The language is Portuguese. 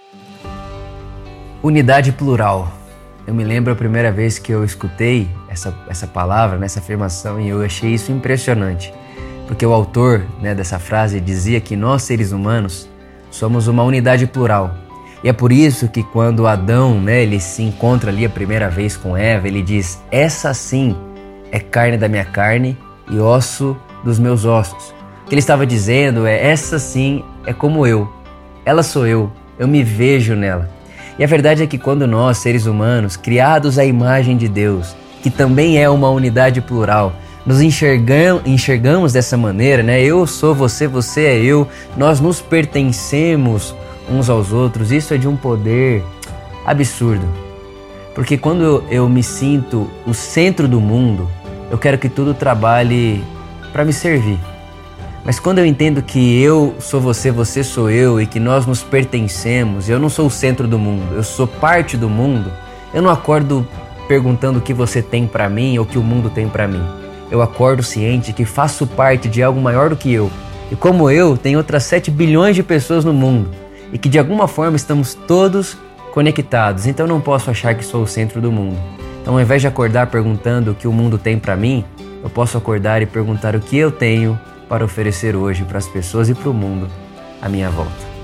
Unidade plural. Eu me lembro a primeira vez que eu escutei essa palavra, essa afirmação, e eu achei isso impressionante. Porque o autor, dessa frase dizia que nós, seres humanos, somos uma unidade plural. E é por isso que quando Adão, ele se encontra ali a primeira vez com Eva, ele diz: essa sim é carne da minha carne e osso dos meus ossos. O que ele estava dizendo é: essa sim é como eu, ela sou eu me vejo nela. E a verdade é que quando nós, seres humanos, criados à imagem de Deus, que também é uma unidade plural, nos enxergamos dessa maneira, eu sou você, você é eu, nós nos pertencemos uns aos outros, isso é de um poder absurdo. Porque quando eu me sinto o centro do mundo, eu quero que tudo trabalhe para me servir. Mas quando eu entendo que eu sou você, você sou eu e que nós nos pertencemos, eu não sou o centro do mundo, eu sou parte do mundo, eu não acordo perguntando o que você tem para mim ou o que o mundo tem para mim. Eu acordo ciente que faço parte de algo maior do que eu. E como eu, tem outras 7 bilhões de pessoas no mundo e que de alguma forma estamos todos conectados. Então eu não posso achar que sou o centro do mundo. Então ao invés de acordar perguntando o que o mundo tem para mim, eu posso acordar e perguntar o que eu tenho para oferecer hoje para as pessoas e para o mundo à minha volta.